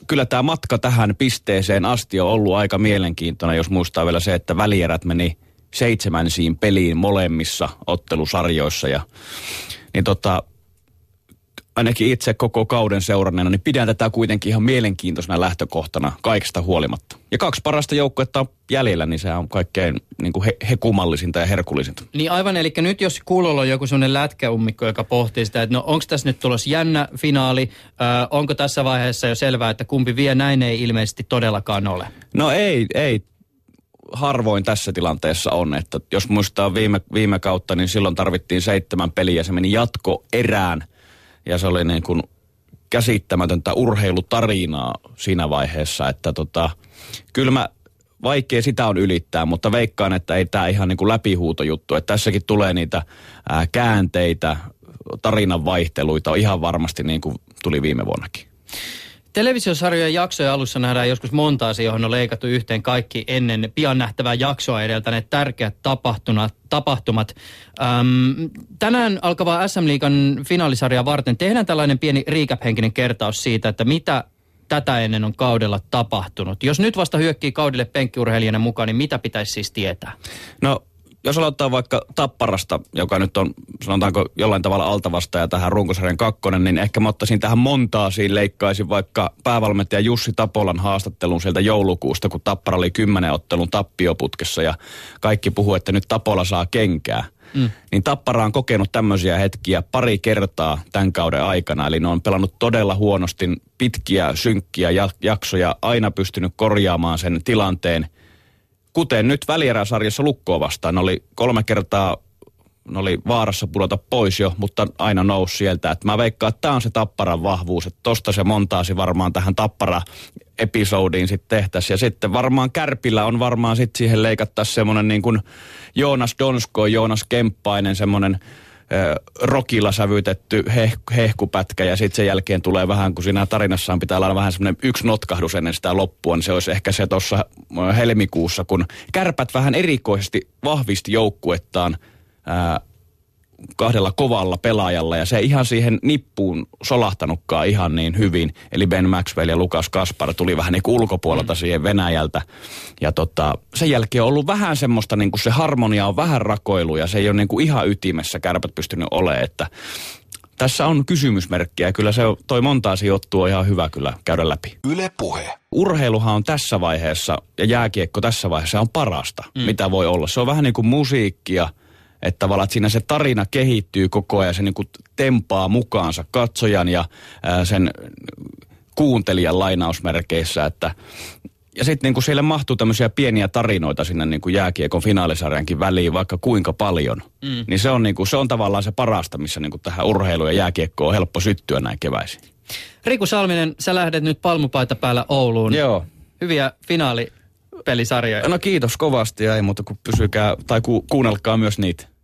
kyllä tämä matka tähän pisteeseen asti on ollut aika mielenkiintoinen, jos muistaa vielä se, että välierät meni 7 peliin molemmissa ottelusarjoissa. Niin ainakin itse koko kauden seuranneena, niin pidän tätä kuitenkin ihan mielenkiintoisena lähtökohtana kaikesta huolimatta. Ja 2 parasta joukkuetta on jäljellä, niin se on kaikkein niin kuin hekumallisinta ja herkullisinta. Niin aivan, eli nyt jos kuulolla on joku sellainen lätkäummikko, joka pohtii sitä, että no onko tässä nyt tulossa jännä finaali, onko tässä vaiheessa jo selvää, että kumpi vie, näin ei ilmeisesti todellakaan ole. No ei. Harvoin tässä tilanteessa on, että jos muistaa viime kautta, niin silloin tarvittiin 7 peliä, se meni jatkoerään. Ja se oli niin kuin käsittämätöntä urheilutarinaa siinä vaiheessa, että kyllä vaikea sitä on ylittää, mutta veikkaan, että ei tämä ihan niin kuin läpihuutojuttu. Että tässäkin tulee niitä käänteitä, tarinan vaihteluita ihan varmasti niin kuin tuli viime vuonnakin. Televisiosarjojen jaksojen alussa nähdään joskus montaasi, johon on leikattu yhteen kaikki ennen pian nähtävää jaksoa edeltäneet tärkeät tapahtumat. Tänään alkavaa SM-liigan finaalisarjaa varten tehdään tällainen pieni recap-henkinen kertaus siitä, että mitä tätä ennen on kaudella tapahtunut. Jos nyt vasta hyökkii kaudelle penkkiurheilijana mukaan, niin mitä pitäisi siis tietää? No, jos aloittaa vaikka Tapparasta, joka nyt on, sanotaanko jollain tavalla altavastaja tähän runkosarjan 2, niin ehkä mä ottaisin tähän montaasiin, leikkaisin vaikka päävalmentaja Jussi Tapolan haastattelun sieltä joulukuusta, kun Tappara oli 10 ottelun tappioputkessa ja kaikki puhuu, että nyt Tapola saa kenkää. Niin Tappara on kokenut tämmöisiä hetkiä pari kertaa tämän kauden aikana, eli ne on pelannut todella huonosti, pitkiä, synkkiä jaksoja, aina pystynyt korjaamaan sen tilanteen. Kuten nyt välieräsarjassa Lukkoa vastaan, ne oli 3 kertaa, ne oli vaarassa pudota pois jo, mutta aina nousi sieltä. Et mä veikkaan, että tämä on se Tapparan vahvuus, että tosta se montaasi varmaan tähän Tappara-episodiin sitten tehtäisiin. Ja sitten varmaan Kärpillä on varmaan sitten siihen leikattaisiin semmoinen niin kuin Joonas Donsko, Joonas Kemppainen, semmoinen rockilla sävytetty hehkupätkä ja sitten sen jälkeen tulee vähän, kun siinä tarinassaan pitää olla vähän semmoinen yksi notkahdus ennen sitä loppua, niin se olisi ehkä se tuossa helmikuussa, kun Kärpät vähän erikoisesti vahvisti joukkuettaan 2 kovalla pelaajalla ja se ihan siihen nippuun solahtanutkaan ihan niin hyvin. Eli Ben Maxwell ja Lukas Kaspar tuli vähän niin kuin ulkopuolelta siihen Venäjältä. Ja sen jälkeen on ollut vähän semmoista, niin kuin se harmonia on vähän rakoilu ja se ei ole niin kuin ihan ytimessä Kärpät pystynyt olemaan, että tässä on kysymysmerkkiä. Kyllä se toi montaasi juttua on ihan hyvä kyllä käydä läpi. Yle Puhe. Urheiluhan on tässä vaiheessa ja jääkiekko tässä vaiheessa on parasta, mitä voi olla. Se on vähän niin kuin musiikkia. Että tavallaan että siinä se tarina kehittyy koko ajan, se niin kuin tempaa mukaansa katsojan ja sen kuuntelijan lainausmerkeissä. Ja sitten niin kuin siellä mahtuu tämmöisiä pieniä tarinoita sinne niin kuin jääkiekon finaalisarjankin väliin, vaikka kuinka paljon. Niin se on tavallaan se parasta, missä niin kuin tähän urheiluun ja jääkiekkoon on helppo syttyä näin keväisin. Riku Salminen, sä lähdet nyt palmupaita päällä Ouluun. Joo. Hyviä finaalipelisarjoja. No kiitos kovasti ja ei muuta kuin pysykää tai kuunnelkaa myös niitä.